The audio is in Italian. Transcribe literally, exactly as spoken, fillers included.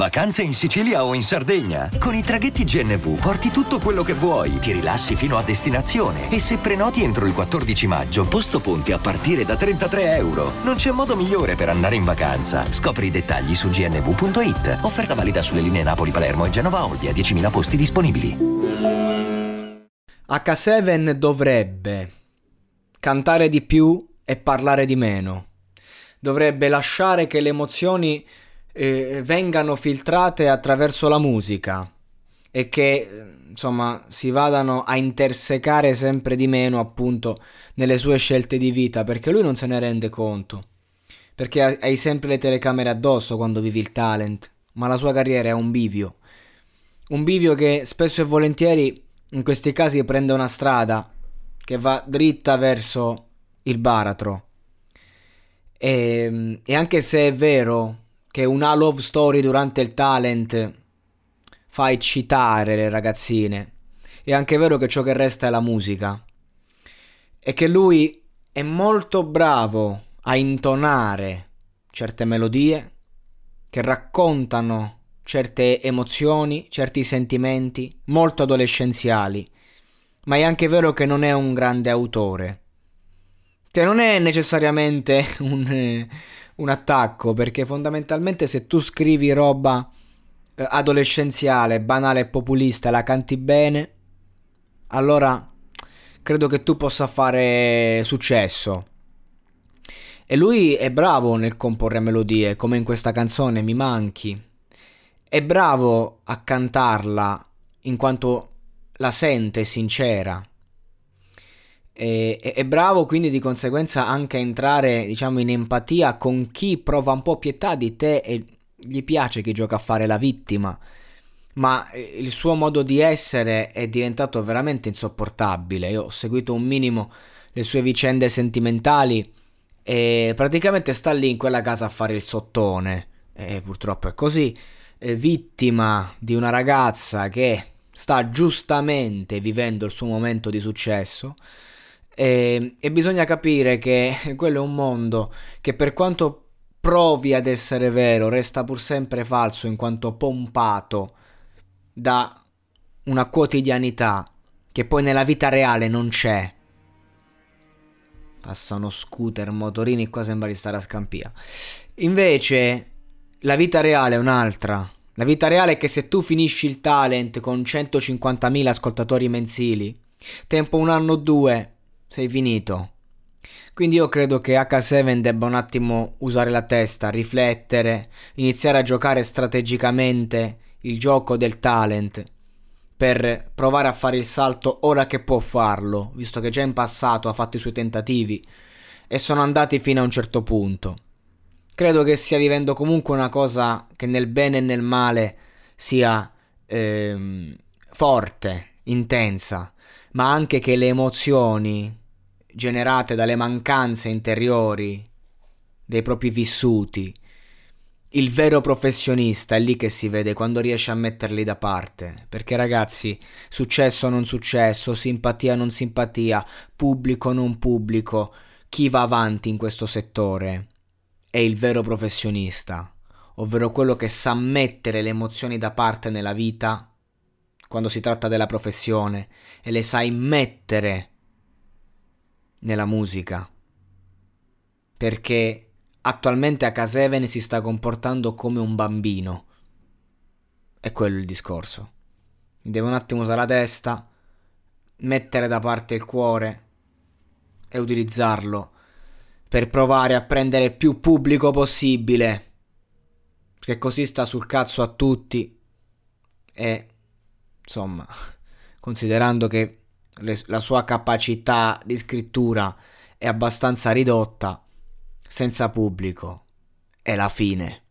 Vacanze in Sicilia o in Sardegna? Con i traghetti G N V porti tutto quello che vuoi, ti rilassi fino a destinazione e se prenoti entro il quattordici maggio, posto ponti a partire da trentatré euro. Non c'è modo migliore per andare in vacanza. Scopri i dettagli su g n v punto i t. Offerta valida sulle linee Napoli-Palermo e Genova-Olbia, diecimila posti disponibili. acca sette dovrebbe cantare di più e parlare di meno. Dovrebbe lasciare che le emozioni eh, vengano filtrate attraverso la musica e che insomma si vadano a intersecare sempre di meno appunto nelle sue scelte di vita, perché lui non se ne rende conto, perché hai sempre le telecamere addosso quando vivi il talent, ma la sua carriera è un bivio un bivio che spesso e volentieri in questi casi prende una strada che va dritta verso il baratro. E, e anche se è vero che una love story durante il talent fa eccitare le ragazzine, è anche vero che ciò che resta è la musica e che lui è molto bravo a intonare certe melodie che raccontano certe emozioni, certi sentimenti molto adolescenziali, ma è anche vero che non è un grande autore. Che non è necessariamente un, un attacco, perché fondamentalmente se tu scrivi roba eh, adolescenziale, banale e populista e la canti bene, allora credo che tu possa fare successo. E lui è bravo nel comporre melodie, come in questa canzone Mi manchi. È bravo a cantarla in quanto la sente sincera. E, è bravo quindi di conseguenza anche a entrare, diciamo, in empatia con chi prova un po' pietà di te e gli piace chi gioca a fare la vittima, ma il suo modo di essere è diventato veramente insopportabile. Io ho seguito un minimo le sue vicende sentimentali e praticamente sta lì in quella casa a fare il sottone, e purtroppo è così, è vittima di una ragazza che sta giustamente vivendo il suo momento di successo. E, e bisogna capire che quello è un mondo che, per quanto provi ad essere vero, resta pur sempre falso in quanto pompato da una quotidianità che poi nella vita reale non c'è. Passano scooter, motorini, qua sembra di stare a Scampia. Invece la vita reale è un'altra. La vita reale è che se tu finisci il talent con centocinquantamila ascoltatori mensili, tempo un anno o due sei finito. Quindi io credo che acca sette debba un attimo usare la testa, riflettere, iniziare a giocare strategicamente il gioco del talent per provare a fare il salto ora che può farlo, visto che già in passato ha fatto i suoi tentativi e sono andati fino a un certo punto. Credo che stia vivendo comunque una cosa che nel bene e nel male sia ehm, forte, intensa, ma anche che le emozioni generate dalle mancanze interiori dei propri vissuti, il vero professionista è lì che si vede, quando riesce a metterli da parte. Perché ragazzi, successo o non successo, simpatia o non simpatia, pubblico o non pubblico, chi va avanti in questo settore è il vero professionista, ovvero quello che sa mettere le emozioni da parte nella vita quando si tratta della professione e le sai mettere nella musica, perché attualmente acca sette si sta comportando come un bambino. È quello il discorso. Deve un attimo usare la testa, mettere da parte il cuore e utilizzarlo per provare a prendere il più pubblico possibile, perché così sta sul cazzo a tutti. E insomma, considerando che le, la sua capacità di scrittura è abbastanza ridotta, senza pubblico è la fine.